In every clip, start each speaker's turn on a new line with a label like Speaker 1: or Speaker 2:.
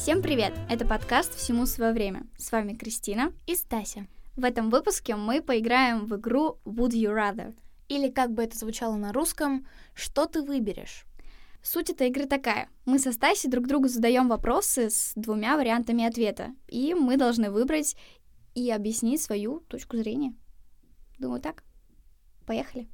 Speaker 1: Всем привет! Это подкаст «Всему свое время». С вами Кристина
Speaker 2: и Стася.
Speaker 1: В этом выпуске мы поиграем в игру Would You Rather?
Speaker 2: Или, как бы это звучало на русском, «Что ты выберешь?».
Speaker 1: Суть этой игры такая. Мы со Стасей друг другу задаем вопросы с двумя вариантами ответа, и мы должны выбрать и объяснить свою точку зрения. Думаю, так. Поехали.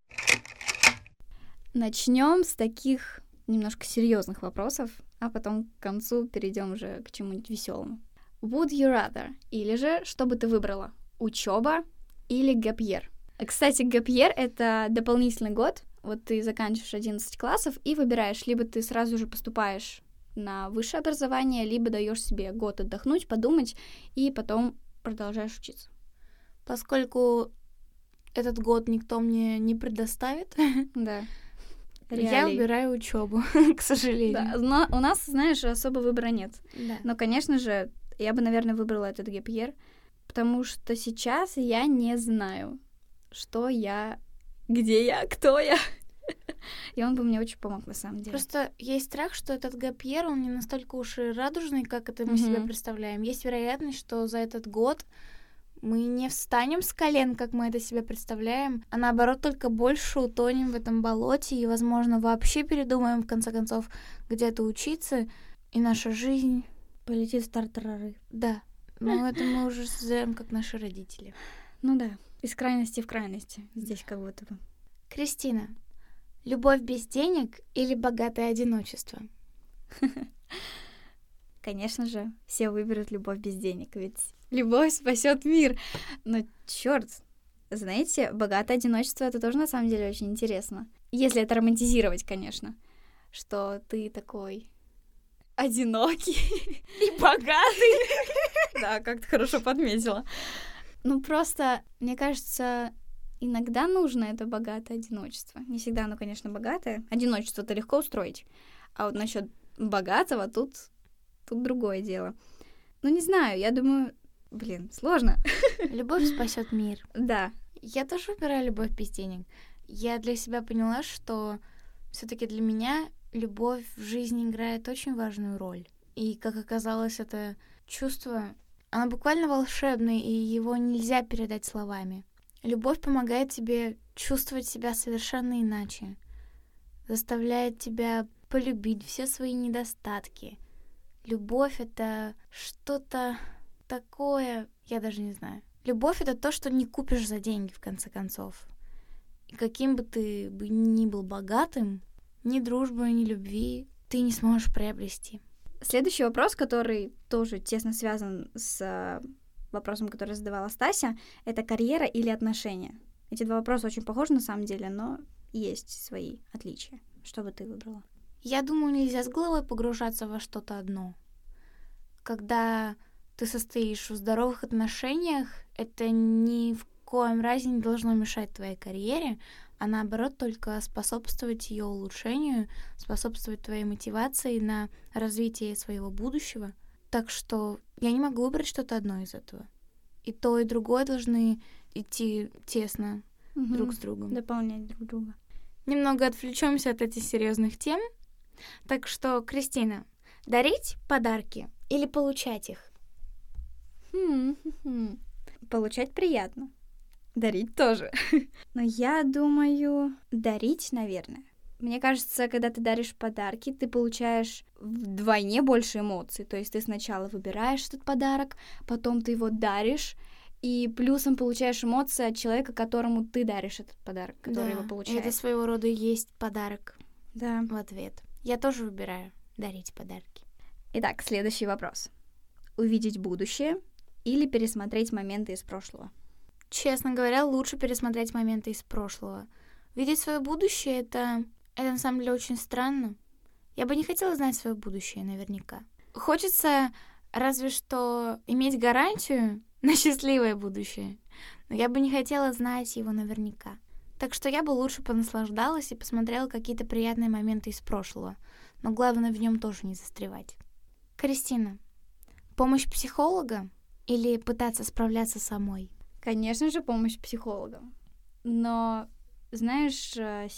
Speaker 1: Начнем с таких немножко серьезных вопросов, а потом к концу перейдем уже к чему-нибудь веселому. Would you rather? Или же, что бы ты выбрала? Учеба или gap year? Кстати, gap year — это дополнительный год. Вот ты заканчиваешь 11 классов и выбираешь, либо ты сразу же поступаешь на высшее образование, либо даешь себе год отдохнуть, подумать, и потом продолжаешь учиться.
Speaker 2: Поскольку этот год никто мне не предоставит,
Speaker 1: да.
Speaker 2: Я выбираю учебу, к сожалению.
Speaker 1: Да, но у нас, знаешь, особо выбора нет.
Speaker 2: Да.
Speaker 1: Но, конечно же, я бы, наверное, выбрала этот gap year, потому что сейчас я не знаю, что я, где я, кто я. И он бы мне очень помог, на самом деле.
Speaker 2: Просто есть страх, что этот gap year, он не настолько уж и радужный, как это мы себе представляем. Есть вероятность, что за этот год мы не встанем с колен, как мы это себе представляем, а наоборот только больше утонем в этом болоте и, возможно, вообще передумаем, в конце концов, где-то учиться, и наша жизнь
Speaker 1: полетит в тартарары.
Speaker 2: Да, но это мы уже знаем, как наши родители.
Speaker 1: Ну да, из крайности в крайности здесь как будто бы.
Speaker 2: Кристина, любовь без денег или богатое одиночество?
Speaker 1: Конечно же, все выберут любовь без денег, ведь любовь спасет мир. Но черт, знаете, богатое одиночество — это тоже на самом деле очень интересно. Если это романтизировать, конечно, что ты такой одинокий и богатый. Да, как ты хорошо подметила. Ну просто, мне кажется, иногда нужно это богатое одиночество. Не всегда оно, конечно, богатое. Одиночество-то легко устроить. А вот насчет богатого тут другое дело. Ну, не знаю, я думаю, сложно.
Speaker 2: Любовь спасет мир.
Speaker 1: Да.
Speaker 2: Я тоже выбираю любовь без денег. Я для себя поняла, что все-таки для меня любовь в жизни играет очень важную роль. И, как оказалось, это чувство, оно буквально волшебное, и его нельзя передать словами. Любовь помогает тебе чувствовать себя совершенно иначе, заставляет тебя полюбить все свои недостатки. Любовь — это что-то такое, я даже не знаю. Любовь — это то, что не купишь за деньги, в конце концов. И каким бы ты ни был богатым, ни дружбы, ни любви ты не сможешь приобрести.
Speaker 1: Следующий вопрос, который тоже тесно связан с вопросом, который задавала Стася, это карьера или отношения. Эти два вопроса очень похожи на самом деле, но есть свои отличия. Что бы ты выбрала?
Speaker 2: Я думаю, нельзя с головой погружаться во что-то одно. Когда ты состоишь в здоровых отношениях, это ни в коем разе не должно мешать твоей карьере, а наоборот только способствовать ее улучшению, способствовать твоей мотивации на развитие своего будущего. Так что я не могу выбрать что-то одно из этого. И то, и другое должны идти тесно друг с другом.
Speaker 1: Дополнять друг друга.
Speaker 2: Немного отвлечемся от этих серьезных тем. Так что, Кристина, дарить подарки или получать их?
Speaker 1: Получать приятно. Дарить тоже. Но я думаю, дарить, наверное. Мне кажется, когда ты даришь подарки, ты получаешь вдвойне больше эмоций. То есть ты сначала выбираешь этот подарок, потом ты его даришь, и плюсом получаешь эмоции от человека, которому ты даришь этот подарок, который его получает.
Speaker 2: Это своего рода и есть подарок.
Speaker 1: Да.
Speaker 2: В ответ. Я тоже выбираю дарить подарки.
Speaker 1: Итак, следующий вопрос. Увидеть будущее или пересмотреть моменты из прошлого?
Speaker 2: Честно говоря, лучше пересмотреть моменты из прошлого. Видеть свое будущее — это на самом деле очень странно. Я бы не хотела знать свое будущее наверняка. Хочется разве что иметь гарантию на счастливое будущее, но я бы не хотела знать его наверняка. Так что я бы лучше понаслаждалась и посмотрела какие-то приятные моменты из прошлого, но главное в нем тоже не застревать. Кристина, помощь психолога или пытаться справляться самой?
Speaker 1: Конечно же, помощь психолога. Но, знаешь,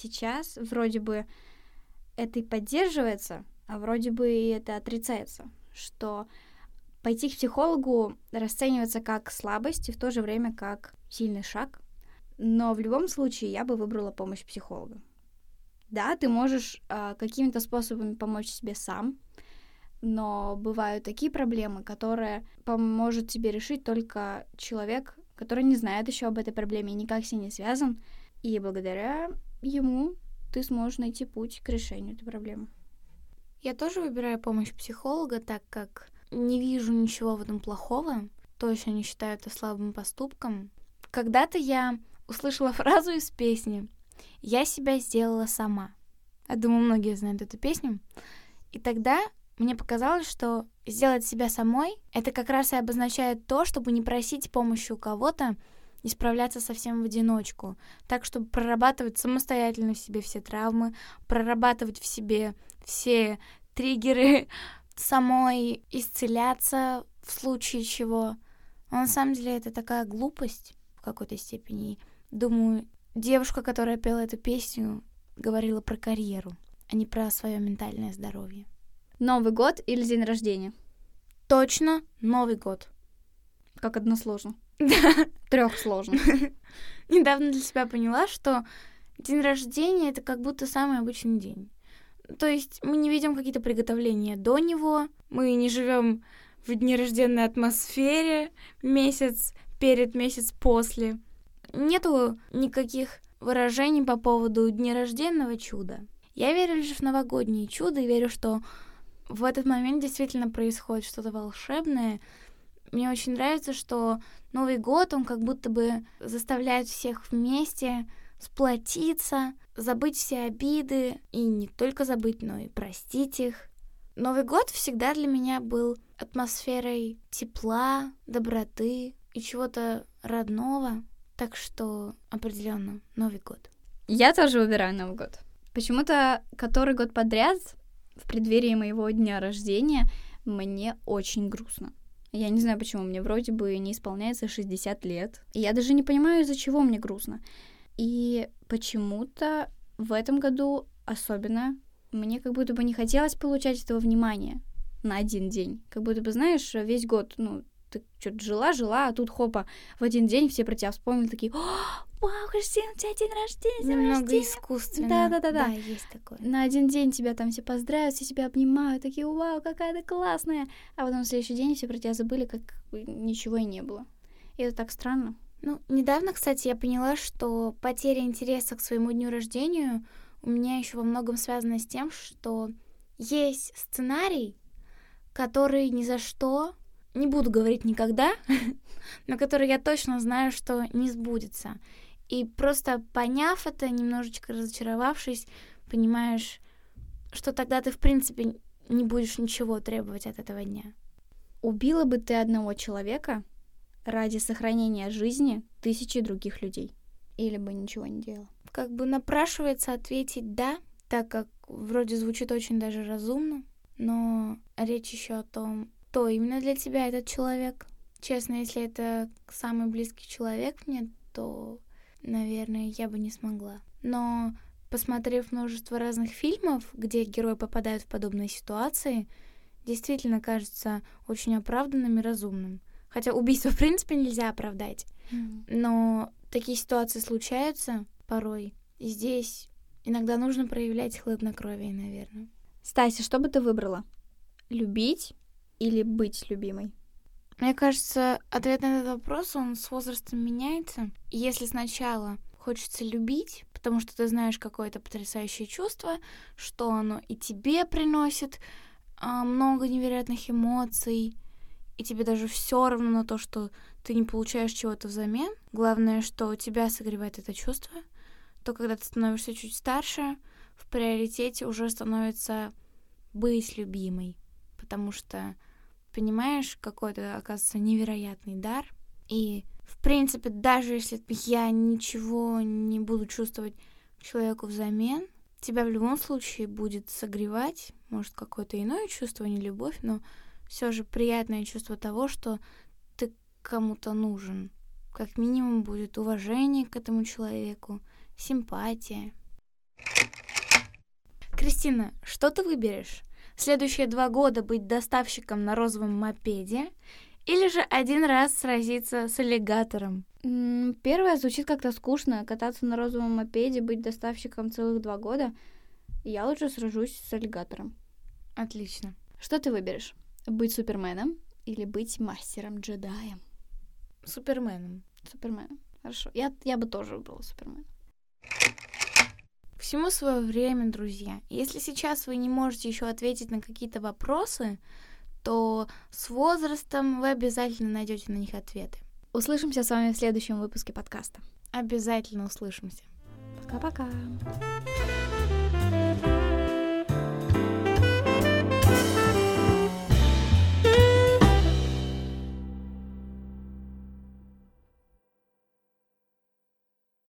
Speaker 1: сейчас вроде бы это и поддерживается, а вроде бы и это отрицается, что пойти к психологу расценивается как слабость и в то же время как сильный шаг. Но в любом случае я бы выбрала помощь психолога. Да, ты можешь какими-то способами помочь себе сам, но бывают такие проблемы, которые поможет тебе решить только человек, который не знает еще об этой проблеме и никак с ней не связан, и благодаря ему ты сможешь найти путь к решению этой проблемы.
Speaker 2: Я тоже выбираю помощь психолога, так как не вижу ничего в этом плохого, точно не считаю это слабым поступком. Когда-то я услышала фразу из песни «Я себя сделала сама». Я думаю, многие знают эту песню. И тогда мне показалось, что сделать себя самой — это как раз и обозначает то, чтобы не просить помощи у кого-то, не справляться совсем в одиночку, так, чтобы прорабатывать самостоятельно в себе все травмы, прорабатывать в себе все триггеры, самой исцеляться в случае чего. Но на самом деле это такая глупость в какой-то степени. Думаю, девушка, которая пела эту песню, говорила про карьеру, а не про свое ментальное здоровье.
Speaker 1: Новый год или день рождения?
Speaker 2: Точно Новый год.
Speaker 1: Как односложно. Трехсложно.
Speaker 2: Недавно для себя поняла, что день рождения — это как будто самый обычный день. То есть мы не ведем какие-то приготовления до него, мы не живем в днерожденной атмосфере месяц перед, месяц после. Нету никаких выражений по поводу днерожденного чуда. Я верю лишь в новогоднее чудо и верю, что в этот момент действительно происходит что-то волшебное. Мне очень нравится, что Новый год, он как будто бы заставляет всех вместе сплотиться, забыть все обиды, и не только забыть, но и простить их. Новый год всегда для меня был атмосферой тепла, доброты и чего-то родного, так что определенно Новый год.
Speaker 1: Я тоже выбираю Новый год. Почему-то который год подряд в преддверии моего дня рождения мне очень грустно. Я не знаю, почему мне вроде бы не исполняется 60 лет. И я даже не понимаю, из-за чего мне грустно. И почему-то в этом году особенно мне как будто бы не хотелось получать этого внимания на один день. Как будто бы, знаешь, весь год, ты что-то жила, а тут хопа, в один день все про тебя вспомнили, такие: «Вау, Кристина, у тебя день рождения,
Speaker 2: Немного искусственно.
Speaker 1: Да,
Speaker 2: есть такое.
Speaker 1: На один день тебя там все поздравят, все тебя обнимают, такие: «Вау, какая ты классная!» А потом в следующий день все про тебя забыли, как ничего и не было. И это так странно.
Speaker 2: Недавно, кстати, я поняла, что потеря интереса к своему дню рождения у меня еще во многом связана с тем, что есть сценарий, который ни за что, не буду говорить никогда, но который я точно знаю, что не сбудется. И просто поняв это, немножечко разочаровавшись, понимаешь, что тогда ты, в принципе, не будешь ничего требовать от этого дня.
Speaker 1: Убила бы ты одного человека ради сохранения жизни тысячи других людей? Или бы ничего не делала?
Speaker 2: Как бы напрашивается ответить «да», так как вроде звучит очень даже разумно, но речь еще о том, кто именно для тебя этот человек. Честно, если это самый близкий человек мне, то, наверное, я бы не смогла. Но, посмотрев множество разных фильмов, где герои попадают в подобные ситуации, действительно кажется очень оправданным и разумным. Хотя убийство, в принципе, нельзя оправдать. Но такие ситуации случаются порой. И здесь иногда нужно проявлять хладнокровие, наверное.
Speaker 1: Стася, что бы ты выбрала? Любить или быть любимой?
Speaker 2: Мне кажется, ответ на этот вопрос, он с возрастом меняется. И если сначала хочется любить, потому что ты знаешь какое-то потрясающее чувство, что оно и тебе приносит много невероятных эмоций, и тебе даже все равно на то, что ты не получаешь чего-то взамен. Главное, что тебя согревает это чувство. То, когда ты становишься чуть старше, в приоритете уже становится быть любимой. Потому что понимаешь, какой это, оказывается, невероятный дар. И, в принципе, даже если я ничего не буду чувствовать к человеку взамен, тебя в любом случае будет согревать, может, какое-то иное чувство, не любовь, но все же приятное чувство того, что ты кому-то нужен. Как минимум будет уважение к этому человеку, симпатия. Кристина, что ты выберешь? следующие 2 года быть доставщиком на розовом мопеде или же 1 раз сразиться с аллигатором?
Speaker 1: Первое звучит как-то скучно. Кататься на розовом мопеде, быть доставщиком целых 2 года. Я лучше сражусь с аллигатором.
Speaker 2: Отлично.
Speaker 1: Что ты выберешь? Быть Суперменом или быть мастером-джедаем?
Speaker 2: Суперменом.
Speaker 1: Суперменом. Хорошо. Я бы тоже выбрала Супермена.
Speaker 2: Всему свое время, друзья. Если сейчас вы не можете еще ответить на какие-то вопросы, то с возрастом вы обязательно найдете на них ответы.
Speaker 1: Услышимся с вами в следующем выпуске подкаста.
Speaker 2: Обязательно услышимся.
Speaker 1: Пока-пока.